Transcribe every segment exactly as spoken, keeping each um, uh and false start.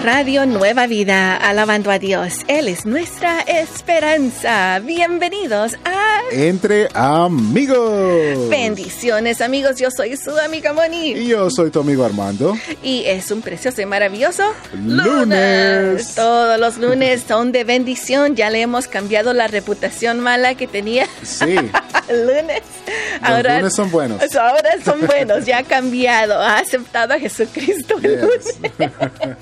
Radio Nueva Vida, alabando a Dios. Él es nuestra esperanza. Bienvenidos a Entre Amigos. Bendiciones, amigos. Yo soy su amiga Moni. Y yo soy tu amigo Armando. Y es un precioso y maravilloso lunes. lunes. Todos los lunes son de bendición. Ya le hemos cambiado la reputación mala que tenía. Sí. lunes. Los ahora, lunes son buenos. Ahora son buenos. Ya ha cambiado. Ha aceptado a Jesucristo el Yes. lunes.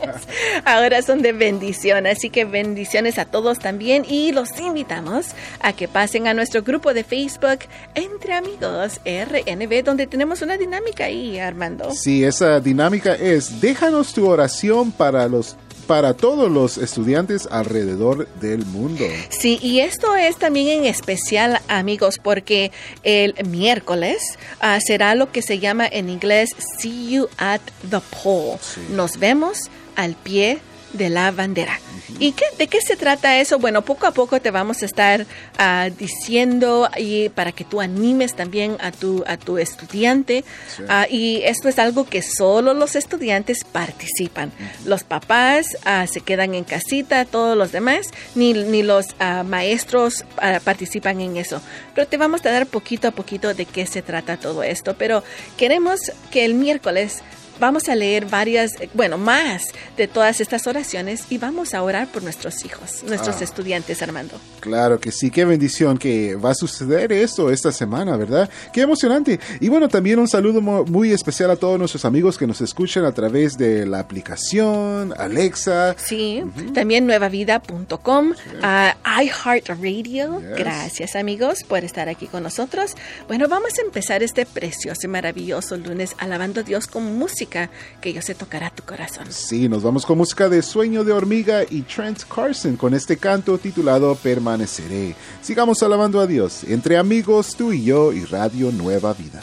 Ahora son de bendición, así que bendiciones a todos también y los invitamos a que pasen a nuestro grupo de Facebook Entre Amigos R N B, donde tenemos una dinámica ahí, Armando. Sí, esa dinámica es: déjanos tu oración para los para todos los estudiantes alrededor del mundo. Sí, y esto es también en especial, amigos, porque el miércoles uh, será lo que se llama en inglés See You at the Pole. Sí. Nos vemos al pie de la bandera. ¿Y qué, de qué se trata eso? Bueno, poco a poco te vamos a estar uh, diciendo y para que tú animes también a tu, a tu estudiante. Sí. Uh, y esto es algo que solo los estudiantes participan. Uh-huh. Los papás uh, se quedan en casita, todos los demás, ni, ni los uh, maestros uh, participan en eso. Pero te vamos a dar poquito a poquito de qué se trata todo esto. Pero queremos que el miércoles vamos a leer varias, bueno, más de todas estas oraciones y vamos a orar por nuestros hijos, nuestros ah, estudiantes, Armando. Claro que sí, qué bendición que va a suceder esto esta semana, ¿verdad? Qué emocionante. Y bueno, también un saludo muy especial a todos nuestros amigos que nos escuchan a través de la aplicación, Alexa. Sí, uh-huh. También nueva vida punto com, sí. uh, iHeartRadio. Yes. Gracias, amigos, por estar aquí con nosotros. Bueno, vamos a empezar este precioso y maravilloso lunes alabando a Dios con música que yo sé tocará tu corazón. Sí, nos vamos con música de Sueño de Hormiga y Trent Carson con este canto titulado Permaneceré. Sigamos alabando a Dios, entre amigos, tú y yo y Radio Nueva Vida.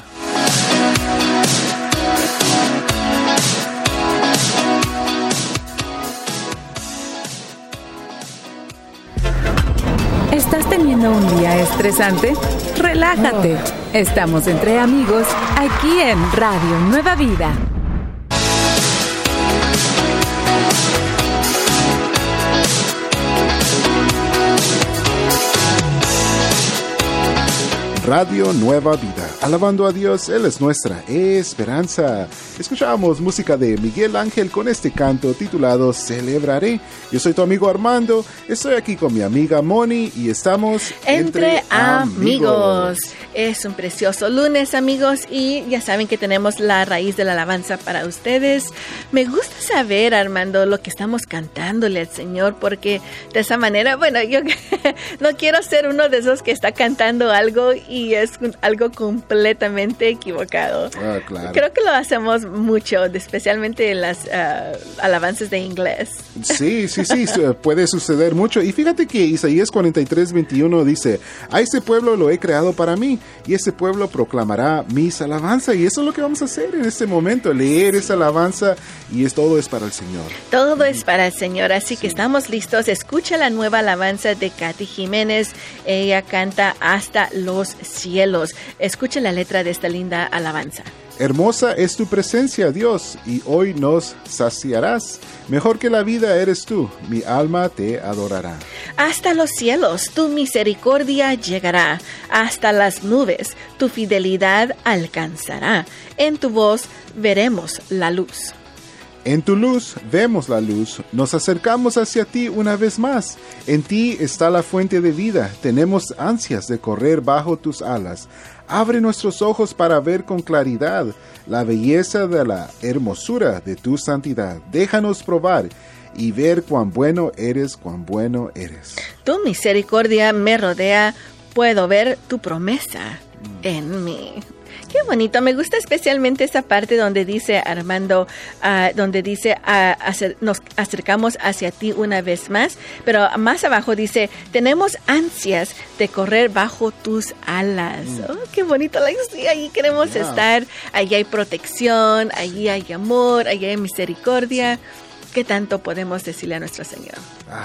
¿Estás teniendo un día estresante? Relájate. Estamos entre amigos aquí en Radio Nueva Vida. Radio Nueva Vida, alabando a Dios, Él es nuestra esperanza. Escuchamos música de Miguel Ángel con este canto titulado Celebraré. Yo soy tu amigo Armando, estoy aquí con mi amiga Moni y estamos Entre, entre amigos. amigos. Es un precioso lunes, amigos, y ya saben que tenemos la raíz de la alabanza para ustedes. Me gusta saber, Armando, lo que estamos cantándole al Señor, porque de esa manera, bueno, yo no quiero ser uno de esos que está cantando algo y Y es algo completamente equivocado. Ah, claro. Creo que lo hacemos mucho, especialmente en las uh, alabanzas de inglés. Sí, sí, sí, puede suceder mucho. Y fíjate que Isaías cuarenta y tres, veintiuno dice: a este pueblo lo he creado para mí, y este pueblo proclamará mis alabanzas. Y eso es lo que vamos a hacer en este momento, leer esa alabanza, y es, todo es para el Señor. Todo es para el Señor, así sí. que estamos listos. Escucha la nueva alabanza de Katy Jiménez. Ella canta Hasta los cielos. Escuche la letra de esta linda alabanza. Hermosa es tu presencia, Dios, y hoy nos saciarás. Mejor que la vida eres tú, mi alma te adorará. Hasta los cielos tu misericordia llegará, hasta las nubes tu fidelidad alcanzará. En tu voz veremos la luz. En tu luz vemos la luz, nos acercamos hacia ti una vez más. En ti está la fuente de vida, tenemos ansias de correr bajo tus alas. Abre nuestros ojos para ver con claridad la belleza de la hermosura de tu santidad. Déjanos probar y ver cuán bueno eres, cuán bueno eres. Tu misericordia me rodea, puedo ver tu promesa mm. en mí. Qué bonito, me gusta especialmente esa parte donde dice Armando, uh, donde dice uh, acer- nos acercamos hacia ti una vez más, pero más abajo dice, tenemos ansias de correr bajo tus alas. Mm. Oh, qué bonito, like, sí, ahí queremos yeah. estar, ahí hay protección, ahí hay amor, ahí hay misericordia. Sí. ¿Qué tanto podemos decirle a nuestro Señor? Ah.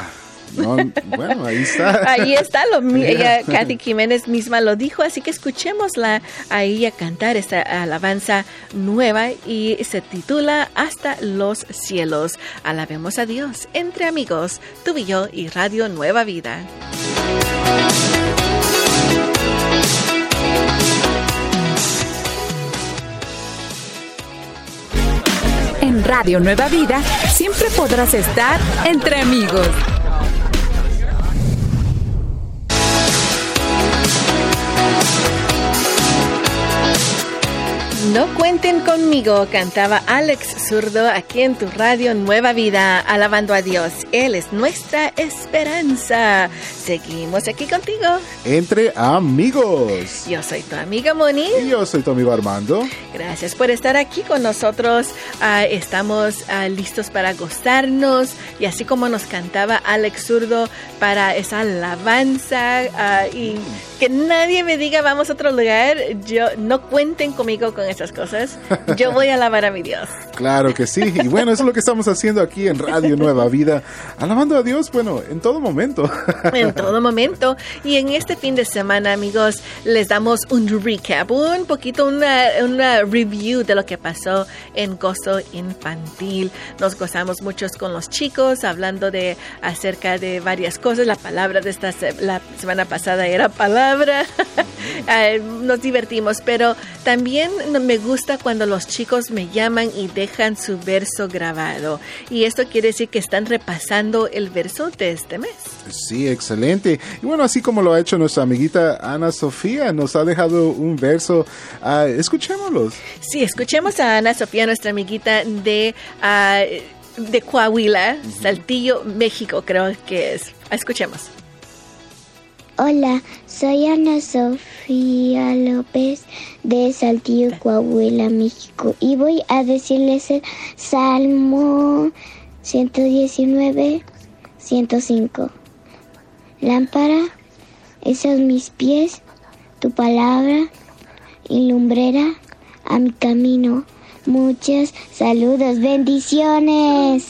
No, bueno, ahí está. Ahí está, lo, ella, Kathy Jiménez misma lo dijo, así que escuchémosla a ella cantar esta alabanza nueva y se titula Hasta los cielos. Alabemos a Dios entre amigos, tú y yo y Radio Nueva Vida. En Radio Nueva Vida siempre podrás estar entre amigos. No cuenten conmigo, cantaba Alex Zurdo aquí en tu Radio Nueva Vida, alabando a Dios. Él es nuestra esperanza. Seguimos aquí contigo. Entre amigos. Yo soy tu amiga Moni. Y yo soy tu amigo Armando. Gracias por estar aquí con nosotros. Uh, estamos uh, listos para gozarnos. Y así como nos cantaba Alex Zurdo para esa alabanza. Uh, y que nadie me diga vamos a otro lugar. Yo, no cuenten conmigo con esas cosas. Yo voy a alabar a mi Dios. Claro que sí. Y bueno, eso es lo que estamos haciendo aquí en Radio Nueva Vida. Alabando a Dios, bueno, en todo momento. En todo momento. Y en este fin de semana, amigos, les damos un recap, un poquito, una, una review de lo que pasó en Gozo Infantil. Nos gozamos muchos con los chicos, hablando de acerca de varias cosas. La palabra de esta la semana pasada era palabra. Nos divertimos, pero también me gusta cuando los chicos me llaman y dejan su verso grabado. Y esto quiere decir que están repasando el verso de este mes. Sí, excelente. Y bueno, así como lo ha hecho nuestra amiguita Ana Sofía, nos ha dejado un verso. Uh, escuchémoslos. Sí, escuchemos a Ana Sofía, nuestra amiguita de, uh, de Coahuila, uh-huh. Saltillo, México, creo que es. Escuchemos. Hola, soy Ana Sofía López de Saltillo, Coahuila, México, y voy a decirles el Salmo ciento diecinueve, ciento cinco. Lámpara es a mis pies, tu palabra y lumbrera a mi camino. Muchos saludos, bendiciones.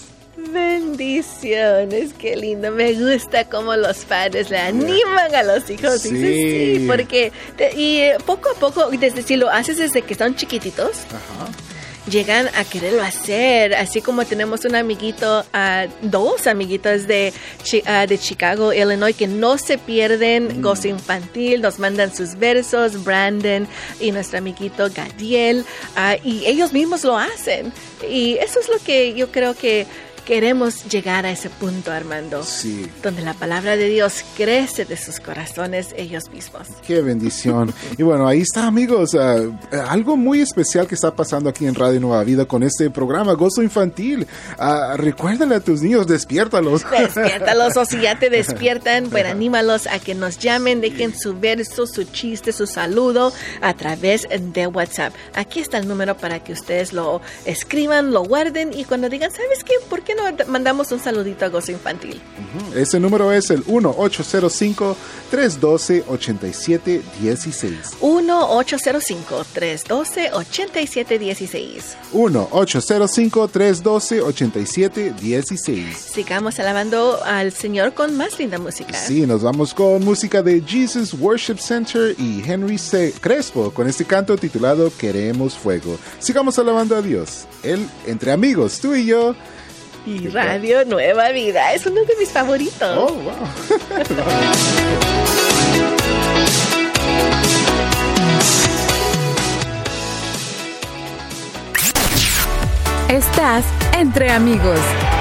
Bendiciones, qué lindo. Me gusta cómo los padres le animan a los hijos. Sí, Dice, sí porque te, y poco a poco, desde si lo haces desde que son chiquititos, ajá, llegan a quererlo hacer. Así como tenemos un amiguito, uh, dos amiguitos de, uh, de Chicago, Illinois, que no se pierden mm. Gozo Infantil, nos mandan sus versos, Brandon y nuestro amiguito Gadiel, uh, y ellos mismos lo hacen. Y eso es lo que yo creo que queremos llegar a ese punto, Armando, sí, donde la palabra de Dios crece de sus corazones ellos mismos. ¡Qué bendición! Y bueno, ahí está, amigos, uh, algo muy especial que está pasando aquí en Radio Nueva Vida con este programa Gozo Infantil. Uh, recuérdale a tus niños, despiértalos. Despiértalos, o si ya te despiertan, pues anímalos a que nos llamen, dejen su verso, su chiste, su saludo a través de WhatsApp. Aquí está el número para que ustedes lo escriban, lo guarden y cuando digan, ¿sabes qué? ¿Por qué no mandamos un saludito a Gozo Infantil? Uh-huh. Ese número es el uno ocho cero cinco, tres uno dos, ocho siete uno seis. uno ocho cero cinco, tres uno dos, ocho siete uno seis. uno ocho cero cinco, tres uno dos, ocho siete uno seis. Sigamos alabando al Señor con más linda música. Sí, nos vamos con música de Jesus Worship Center y Henry C. Crespo con este canto titulado Queremos Fuego. Sigamos alabando a Dios. Él, entre amigos, tú y yo. Y Radio Nueva Vida es uno de mis favoritos. Oh, wow. Estás entre amigos.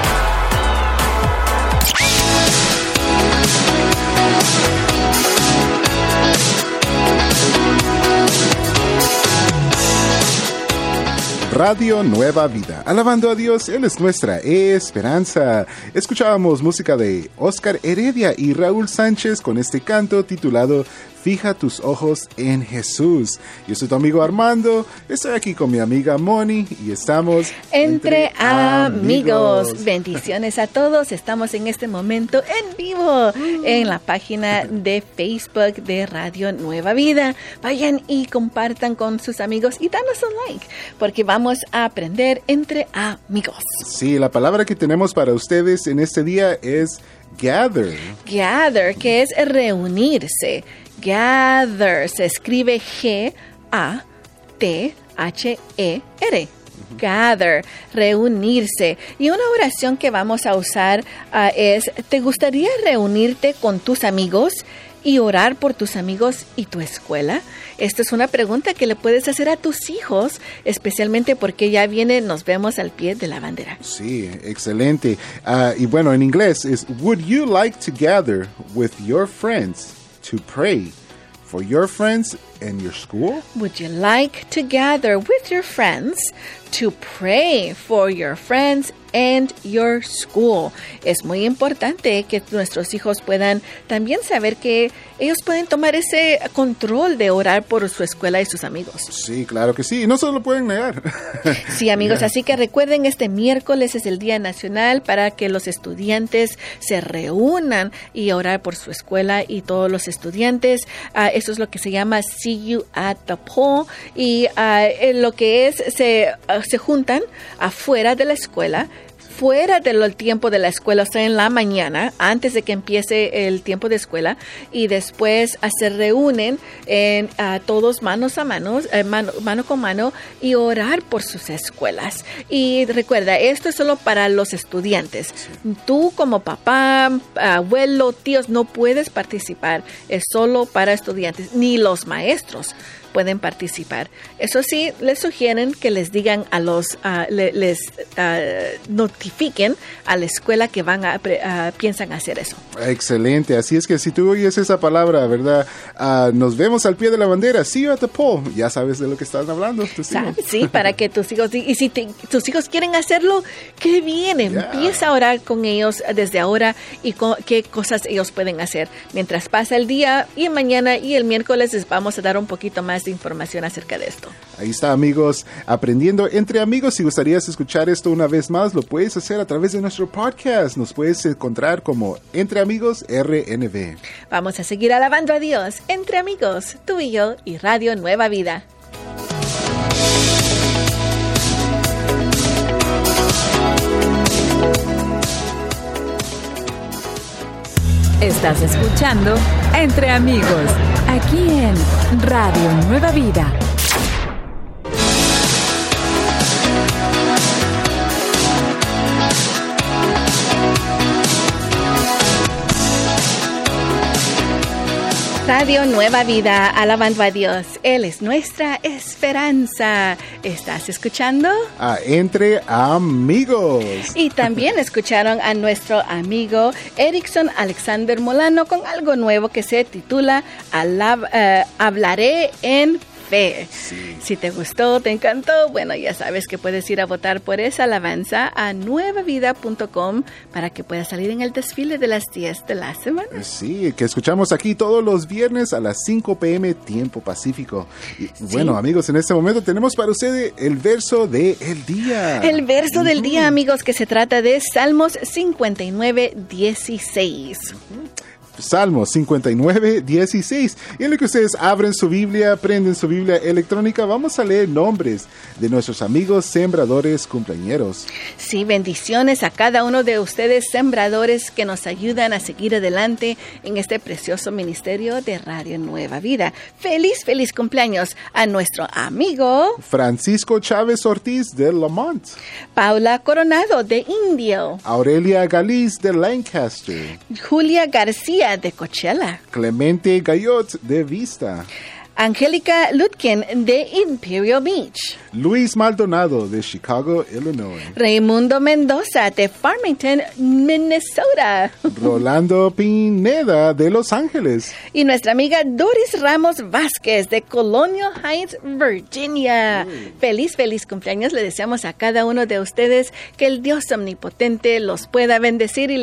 Radio Nueva Vida. Alabando a Dios, Él es nuestra esperanza. Escuchábamos música de Oscar Heredia y Raúl Sánchez con este canto titulado Fija tus ojos en Jesús. Yo soy tu amigo Armando, estoy aquí con mi amiga Moni y estamos entre, entre amigos. amigos. Bendiciones a todos. Estamos en este momento en vivo mm. en la página de Facebook de Radio Nueva Vida. Vayan y compartan con sus amigos y danos un like, porque vamos a aprender entre amigos. Sí, la palabra que tenemos para ustedes en este día es gather. Gather, que es reunirse. Gather, se escribe G A T H E R. Gather, reunirse. Y una oración que vamos a usar uh, es, ¿te gustaría reunirte con tus amigos y orar por tus amigos y tu escuela? Esta es una pregunta que le puedes hacer a tus hijos, especialmente porque ya viene, nos vemos al pie de la bandera. Sí, excelente. Uh, y bueno, en inglés es, would you like to gather with your friends to pray for your friends and your school? Would you like to gather with your friends to pray for your friends and your school? Es muy importante que nuestros hijos puedan también saber que ellos pueden tomar ese control de orar por su escuela y sus amigos. Sí, claro que sí. Y no se lo pueden negar. Sí, amigos. Yeah. Así que recuerden, este miércoles es el Día Nacional para que los estudiantes se reúnan y orar por su escuela y todos los estudiantes. Uh, eso es lo que se llama See You at the Pole. Y uh, lo que es, se, uh, se juntan afuera de la escuela, fuera del tiempo de la escuela, o sea, en la mañana, antes de que empiece el tiempo de escuela, y después uh, se reúnen en, uh, todos manos a manos, uh, mano, mano con mano, y orar por sus escuelas. Y recuerda, esto es solo para los estudiantes. Sí. Tú como papá, abuelo, tíos, no puedes participar. Es solo para estudiantes, ni los maestros pueden participar. Eso sí, les sugieren que les digan a los, uh, le, les uh, notifiquen a la escuela que van a, uh, piensan hacer eso. Excelente. Así es que si tú oyes esa palabra, ¿verdad? Uh, nos vemos al pie de la bandera. See you at the pole. Ya sabes de lo que estás hablando. Sí, para que tus hijos, y si te, tus hijos quieren hacerlo, qué bien. Yeah. Empieza a orar con ellos desde ahora y con, qué cosas ellos pueden hacer. Mientras pasa el día y mañana y el miércoles les vamos a dar un poquito más de información acerca de esto. Ahí está, amigos, aprendiendo entre amigos. Si gustarías escuchar esto una vez más, lo puedes hacer a través de nuestro podcast. Nos puedes encontrar como Entre Amigos R N V. Vamos a seguir alabando a Dios, Entre Amigos, tú y yo y Radio Nueva Vida. Estás escuchando Entre Amigos, aquí en Radio Nueva Vida. Radio Nueva Vida, alabando a Dios. Él es nuestra esperanza. ¿Estás escuchando? A Entre Amigos. Y también escucharon a nuestro amigo Erickson Alexander Molano con algo nuevo que se titula Alab- uh, Hablaré en Fe. Sí. Si te gustó, te encantó, bueno, ya sabes que puedes ir a votar por esa alabanza a nueva vida punto com para que puedas salir en el desfile de las diez de la semana. Sí, que escuchamos aquí todos los viernes a las cinco p.m. tiempo pacífico. Y, sí. Bueno, amigos, en este momento tenemos para ustedes el verso del día. El verso uh-huh. del día, amigos, que se trata de Salmos cincuenta y nueve, dieciséis. Uh-huh. Salmos cincuenta y nueve, dieciséis. Y en lo que ustedes abren su Biblia, prenden su Biblia electrónica, vamos a leer nombres de nuestros amigos sembradores cumpleañeros. Sí, bendiciones a cada uno de ustedes sembradores que nos ayudan a seguir adelante en este precioso ministerio de Radio Nueva Vida. Feliz, feliz cumpleaños a nuestro amigo Francisco Chávez Ortiz de Lamont, Paula Coronado de Indio, Aurelia Galiz de Lancaster, Julia García de Coachella, Clemente Gayot de Vista, Angélica Lutkin de Imperial Beach, Luis Maldonado de Chicago, Illinois, Raimundo Mendoza de Farmington, Minnesota, Rolando Pineda de Los Ángeles y nuestra amiga Doris Ramos Vázquez de Colonial Heights, Virginia. Mm. Feliz, feliz cumpleaños. Le deseamos a cada uno de ustedes que el Dios omnipotente los pueda bendecir y les dé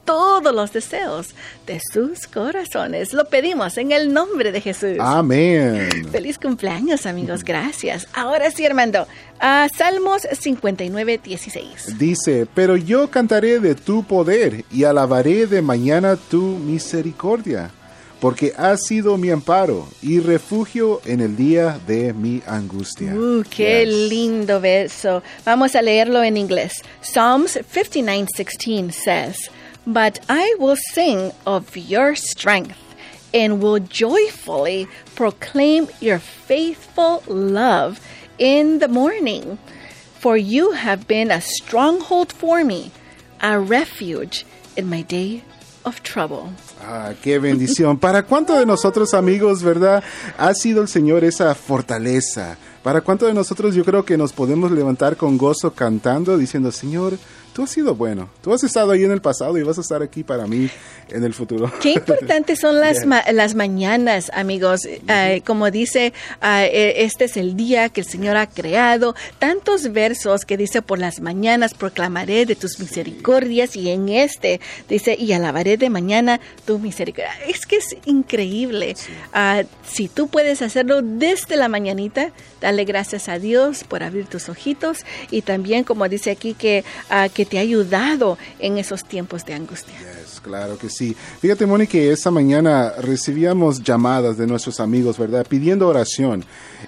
todos los deseos de sus corazones. Lo pedimos en el nombre de Jesús. Amén. Feliz cumpleaños, amigos. Gracias. Ahora sí, Armando. Uh, Salmos cincuenta y nueve, dieciséis. Dice, pero yo cantaré de tu poder y alabaré de mañana tu misericordia, porque has sido mi amparo y refugio en el día de mi angustia. Uh, qué Yes. lindo verso. Vamos a leerlo en inglés. Psalms fifty-nine sixteen says, "But I will sing of your strength and will joyfully proclaim your faithful love in the morning. For you have been a stronghold for me, a refuge in my day of trouble." Ah, qué bendición. ¿Para cuántos de nosotros, amigos, verdad, ha sido el Señor esa fortaleza? ¿Para cuántos de nosotros yo creo que nos podemos levantar con gozo cantando, diciendo, Señor, tú has sido bueno, tú has estado ahí en el pasado y vas a estar aquí para mí en el futuro? Qué importantes son las, Yes. ma- las mañanas, amigos. Uh, como dice, uh, este es el día que el Señor ha creado. Tantos versos que dice, por las mañanas proclamaré de tus misericordias. Y en este dice, y alabaré de mañana tu misericordia. Es que es increíble. Uh, si tú puedes hacerlo desde la mañanita, dale gracias a Dios por abrir tus ojitos. Y también, como dice aquí, que, uh, que te ha ayudado en esos tiempos de angustia. Yes, claro que sí. Fíjate, Moni, que esta mañana recibíamos llamadas de nuestros amigos, ¿verdad? Pidiendo oración.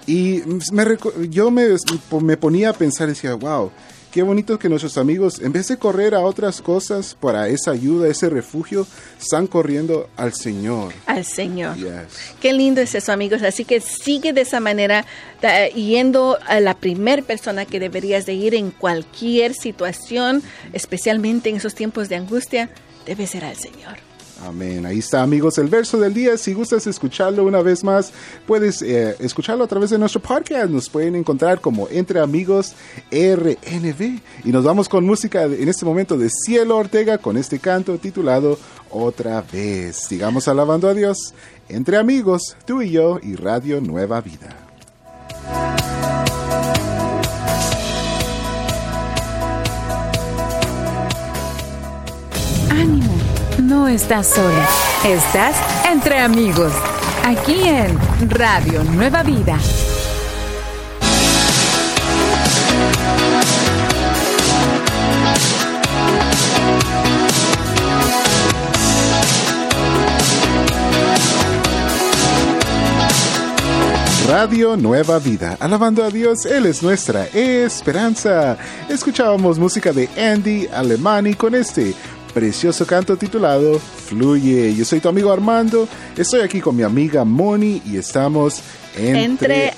Y me recu- yo me, me ponía a pensar y decía, wow, qué bonito que nuestros amigos, en vez de correr a otras cosas para esa ayuda, ese refugio, están corriendo al Señor. Al Señor. Yes. Qué lindo es eso, amigos. Así que sigue de esa manera, da, yendo a la primer persona que deberías de ir en cualquier situación, especialmente en esos tiempos de angustia, debe ser al Señor. Amén. Ahí está, amigos, el verso del día. Si gustas escucharlo una vez más, puedes eh, escucharlo a través de nuestro podcast. Nos pueden encontrar como Entre Amigos R N V. Y nos vamos con música de- en este momento de Cielo Ortega con este canto titulado Otra Vez. Sigamos alabando a Dios. Entre Amigos, tú y yo y Radio Nueva Vida. Ánimo, no estás sola, estás entre amigos, aquí en Radio Nueva Vida. Radio Nueva Vida, alabando a Dios, Él es nuestra esperanza. Escuchábamos música de Andy Alemani con este precioso canto titulado Fluye. Yo soy tu amigo Armando, estoy aquí con mi amiga Moni y estamos Entre, Entre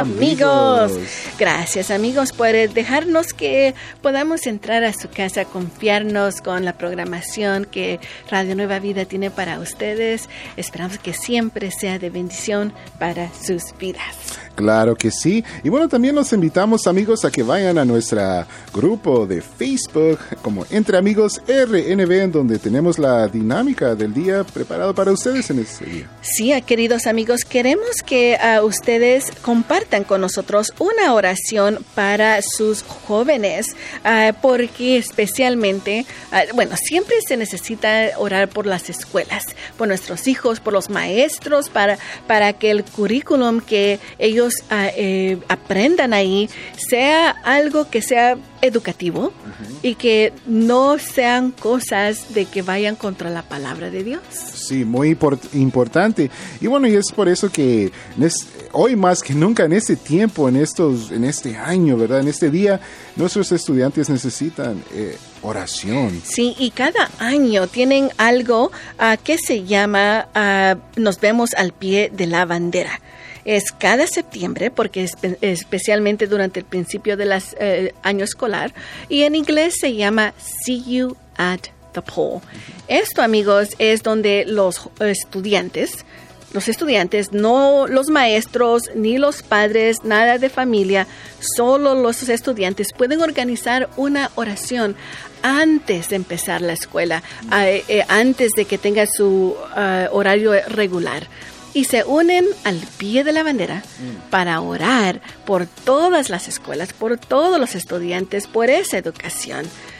amigos. Gracias, amigos, por dejarnos que podamos entrar a su casa, confiarnos con la programación que Radio Nueva Vida tiene para ustedes. Esperamos que siempre sea de bendición para sus vidas. Claro que sí. Y bueno, también los invitamos, amigos, a que vayan a nuestro grupo de Facebook como Entre Amigos R N V, en donde tenemos la dinámica del día preparado para ustedes en este día. Sí, queridos amigos, queremos que uh, ustedes compartan con nosotros una oración para sus jóvenes, uh, porque especialmente, uh, bueno, siempre se necesita orar por las escuelas, por nuestros hijos, por los maestros, para, para que el currículum que ellos uh, eh, aprendan ahí sea algo que sea educativo uh-huh. y que no sean cosas de que vayan contra la palabra de Dios. Sí, muy import- importante. Y bueno, y es por eso que es, hoy más que nunca en este tiempo, en estos, en este año, ¿verdad? En este día, nuestros estudiantes necesitan eh, oración. Sí, y cada año tienen algo uh, que se llama uh, Nos vemos al pie de la bandera. Es cada septiembre, porque es especialmente durante el principio del eh, año escolar, y en inglés se llama See You at the Pole. Esto, amigos, es donde los estudiantes, los estudiantes, no los maestros, ni los padres, nada de familia, solo los estudiantes pueden organizar una oración antes de empezar la escuela, eh, eh, antes de que tenga su uh, horario regular. Y se unen al pie de la bandera mm. para orar por todas las escuelas, por todos los estudiantes, por esa educación.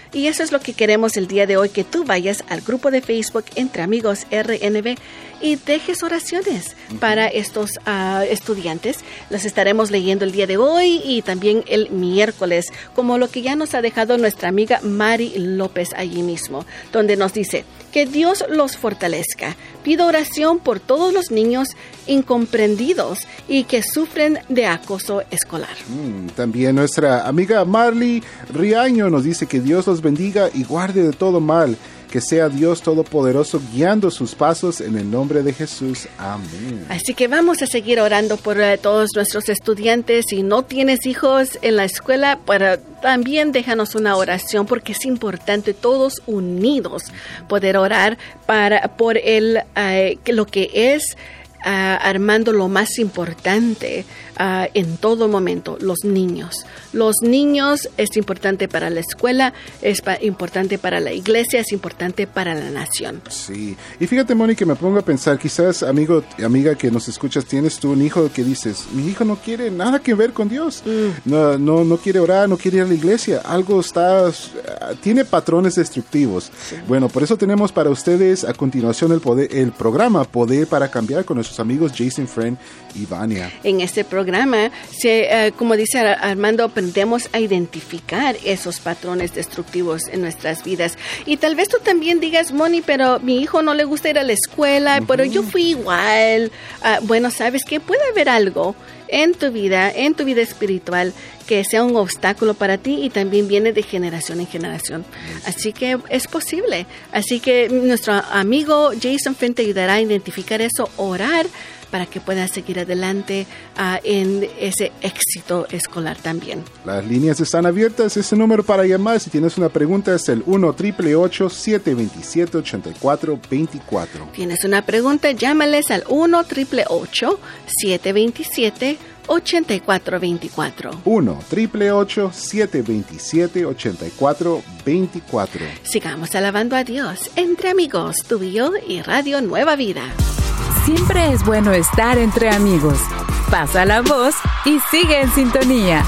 Y eso es lo que queremos el día de hoy, que tú vayas al grupo de Facebook Entre Amigos R N B y dejes oraciones uh-huh. para estos uh, estudiantes. Las estaremos leyendo el día de hoy y también el miércoles, como lo que ya nos ha dejado nuestra amiga Mari López allí mismo, donde nos dice: que Dios los fortalezca. Pido oración por todos los niños incomprendidos y que sufren de acoso escolar. Mm, también nuestra amiga Marley Riaño nos dice que Dios los bendiga y guarde de todo mal. Que sea Dios Todopoderoso guiando sus pasos en el nombre de Jesús. Amén. Así que vamos a seguir orando por uh, todos nuestros estudiantes. Si no tienes hijos en la escuela, para, también déjanos una oración, porque es importante todos unidos poder orar para, por el, uh, lo que es uh, Armando, lo más importante uh, en todo momento, los niños. Los niños es importante para la escuela, es pa- importante para la iglesia, es importante para la nación. Sí, y fíjate, Moni, que me pongo a pensar, quizás, amigo, amiga que nos escuchas, tienes tú un hijo que dices, mi hijo no quiere nada que ver con Dios, mm. no, no, no quiere orar, no quiere ir a la iglesia, algo está, uh, tiene patrones destructivos. Sí. Bueno, por eso tenemos para ustedes a continuación el, poder, el programa Poder para Cambiar con nuestros amigos Jason Friend y Vania. En este programa, se, uh, como dice Armando, aprendemos a identificar esos patrones destructivos en nuestras vidas. Y tal vez tú también digas, Moni, pero mi hijo no le gusta ir a la escuela, uh-huh. pero yo fui igual. Uh, bueno, ¿sabes qué? Puede haber algo en tu vida, en tu vida espiritual, que sea un obstáculo para ti y también viene de generación en generación. Así que es posible. Así que nuestro amigo Jason Finn te ayudará a identificar eso, orar, para que puedas seguir adelante uh, en ese éxito escolar también. Las líneas están abiertas, ese número para llamar. Si tienes una pregunta es el uno, ocho ocho ocho, siete dos siete, ocho cuatro dos cuatro. Tienes una pregunta, llámales al uno, ocho ocho ocho, siete dos siete, ocho cuatro dos cuatro. uno, ocho ocho ocho, siete dos siete, ocho cuatro dos cuatro. Sigamos alabando a Dios entre amigos, tú y yo y Radio Nueva Vida. Siempre es bueno estar entre amigos. Pasa la voz y sigue en sintonía.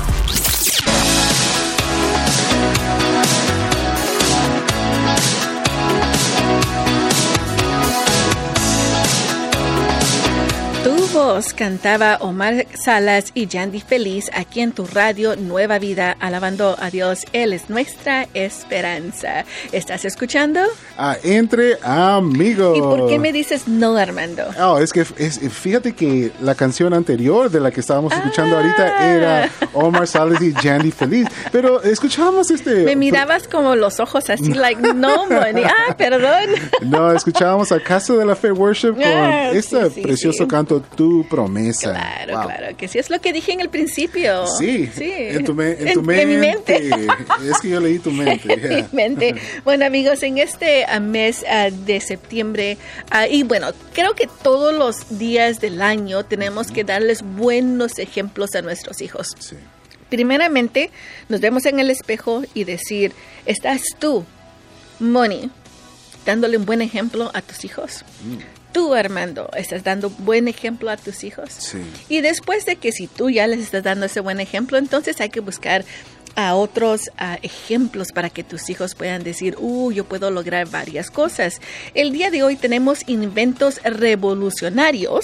Voz cantaba Omar Salas y Yandy Feliz aquí en tu radio Nueva Vida, alabando a Dios. Él es nuestra esperanza. ¿Estás escuchando? A Entre Amigos. ¿Y por qué me dices no, Armando? Oh, es que es, fíjate que la canción anterior de la que estábamos escuchando ah. ahorita era Omar Salas y Yandy Feliz, pero escuchábamos este... Me mirabas como los ojos así, like, no, money. Ah, perdón. No, escuchábamos a Casa de la Fe Worship con ah, este sí, sí, precioso sí. canto Tu Promesa. Claro, wow. claro, que sí es lo que dije en el principio. Sí, sí. En, tu me, en, en tu mente. En mi mente. Es que yo leí tu mente. Yeah. En mi mente. Bueno, amigos, en este uh, mes uh, de septiembre, uh, y bueno, creo que todos los días del año tenemos uh-huh. que darles buenos ejemplos a nuestros hijos. Sí. Primeramente, nos vemos en el espejo y decir, ¿estás tú, Moni, dándole un buen ejemplo a tus hijos? Mm. Tú, Armando, ¿estás dando buen ejemplo a tus hijos? Sí. Y después de que si tú ya les estás dando ese buen ejemplo, entonces hay que buscar a otros uh, ejemplos para que tus hijos puedan decir, uh, yo puedo lograr varias cosas. El día de hoy tenemos inventos revolucionarios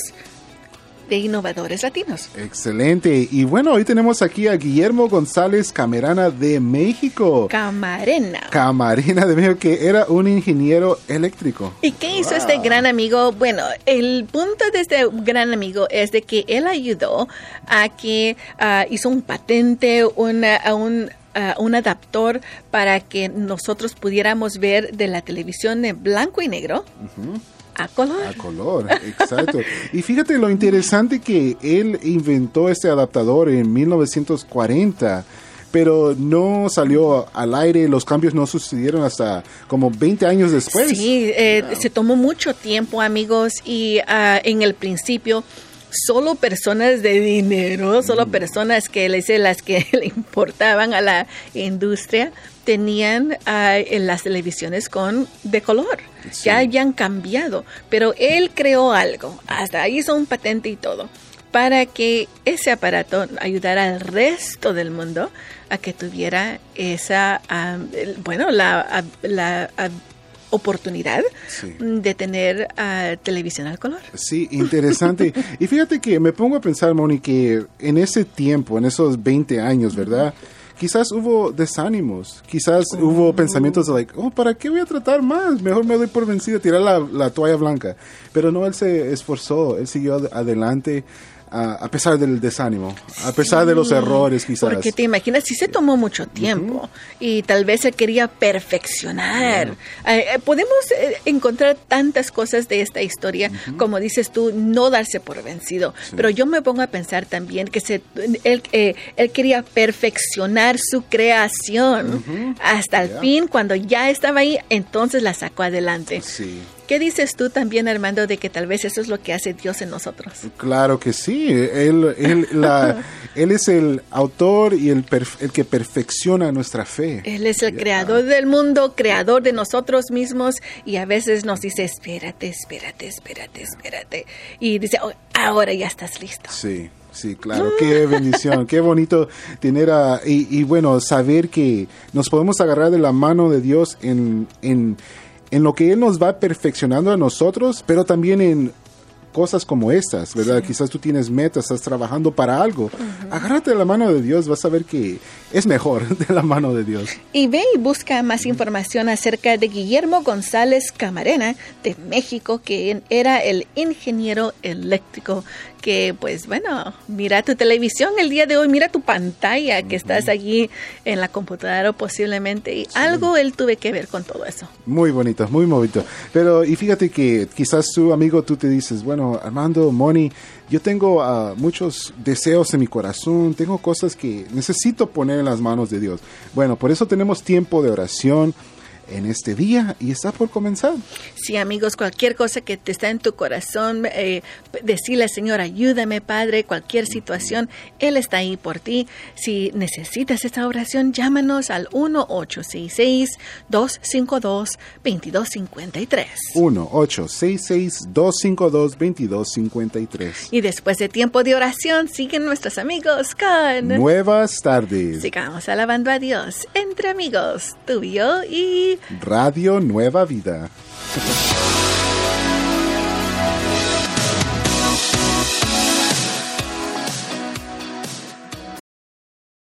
de innovadores latinos. Excelente. Y bueno, hoy tenemos aquí a Guillermo González Camarena de México. Camarena. Camarena de México, que era un ingeniero eléctrico. ¿Y qué hizo wow. este gran amigo? Bueno, el punto de este gran amigo es de que él ayudó a que uh, hizo un patente, una, a un... Uh, un adaptor para que nosotros pudiéramos ver de la televisión en blanco y negro uh-huh. a color. A color, exacto. Y fíjate lo interesante que él inventó este adaptador en mil novecientos cuarenta, pero no salió al aire, los cambios no sucedieron hasta como veinte años después. Sí, eh, wow. se tomó mucho tiempo, amigos, y uh, en el principio solo personas de dinero, solo mm. personas que les, las que le importaban a la industria tenían uh, en las televisiones con de color. Sí. Ya habían cambiado, pero él creó algo, hasta hizo un patente y todo. para que ese aparato ayudara al resto del mundo a que tuviera esa, um, bueno, la, la, la oportunidad sí. de tener uh, televisión al color. Sí, interesante. Y fíjate que me pongo a pensar, Moni, que en ese tiempo, en esos veinte años, ¿verdad? Quizás hubo desánimos, quizás uh, hubo pensamientos de, like, oh, ¿para qué voy a tratar más? Mejor me doy por vencido, tirar la, la toalla blanca. Pero no, él se esforzó, él siguió ad- adelante. Uh, a pesar del desánimo, a pesar sí, de los errores quizás. Porque te imaginas, sí se tomó mucho tiempo uh-huh. y tal vez se quería perfeccionar. Uh-huh. Eh, podemos eh, encontrar tantas cosas de esta historia, uh-huh. como dices tú, no darse por vencido. Sí. Pero yo me pongo a pensar también que se, él, eh, él quería perfeccionar su creación uh-huh. hasta el yeah. fin, cuando ya estaba ahí, entonces la sacó adelante. Sí. ¿Qué dices tú también, Armando, de que tal vez eso es lo que hace Dios en nosotros? Claro que sí. Él, él, la, él es el autor y el, perf- el que perfecciona nuestra fe. Él es el yeah. creador del mundo, creador de nosotros mismos, y a veces nos dice, espérate, espérate, espérate, espérate. Y dice, oh, ahora ya estás listo. Sí. Sí, claro, qué bendición, qué bonito tener a, y, y bueno, saber que nos podemos agarrar de la mano de Dios en, en en lo que Él nos va perfeccionando a nosotros, pero también en cosas como estas, ¿verdad? Sí. Quizás tú tienes metas, estás trabajando para algo. Uh-huh. Agárrate de la mano de Dios, vas a ver que es mejor de la mano de Dios. Y ve y busca más información acerca de Guillermo González Camarena, de México, que era el ingeniero eléctrico, que pues bueno, mira tu televisión el día de hoy, mira tu pantalla que uh-huh. estás allí en la computadora posiblemente, y sí. algo él tuve que ver con todo eso. Muy bonito, muy bonito. Pero y fíjate que quizás tu amigo, tú te dices, bueno, Armando, Moni, yo tengo uh, muchos deseos en mi corazón, tengo cosas que necesito poner en las manos de Dios. Bueno, por eso tenemos tiempo de oración en este día y está por comenzar. Sí, amigos, cualquier cosa que te está en tu corazón, eh, decirle, Señor, ayúdame, Padre, cualquier situación, Él está ahí por ti. Si necesitas esta oración, llámanos al uno ocho seis seis, dos cinco dos, dos dos cinco tres. uno ocho seis seis, dos cinco dos, dos dos cinco tres. Y después de tiempo de oración, siguen nuestros amigos con Nuevas Tardes. Sigamos alabando a Dios entre amigos, tú y yo y Radio Nueva Vida.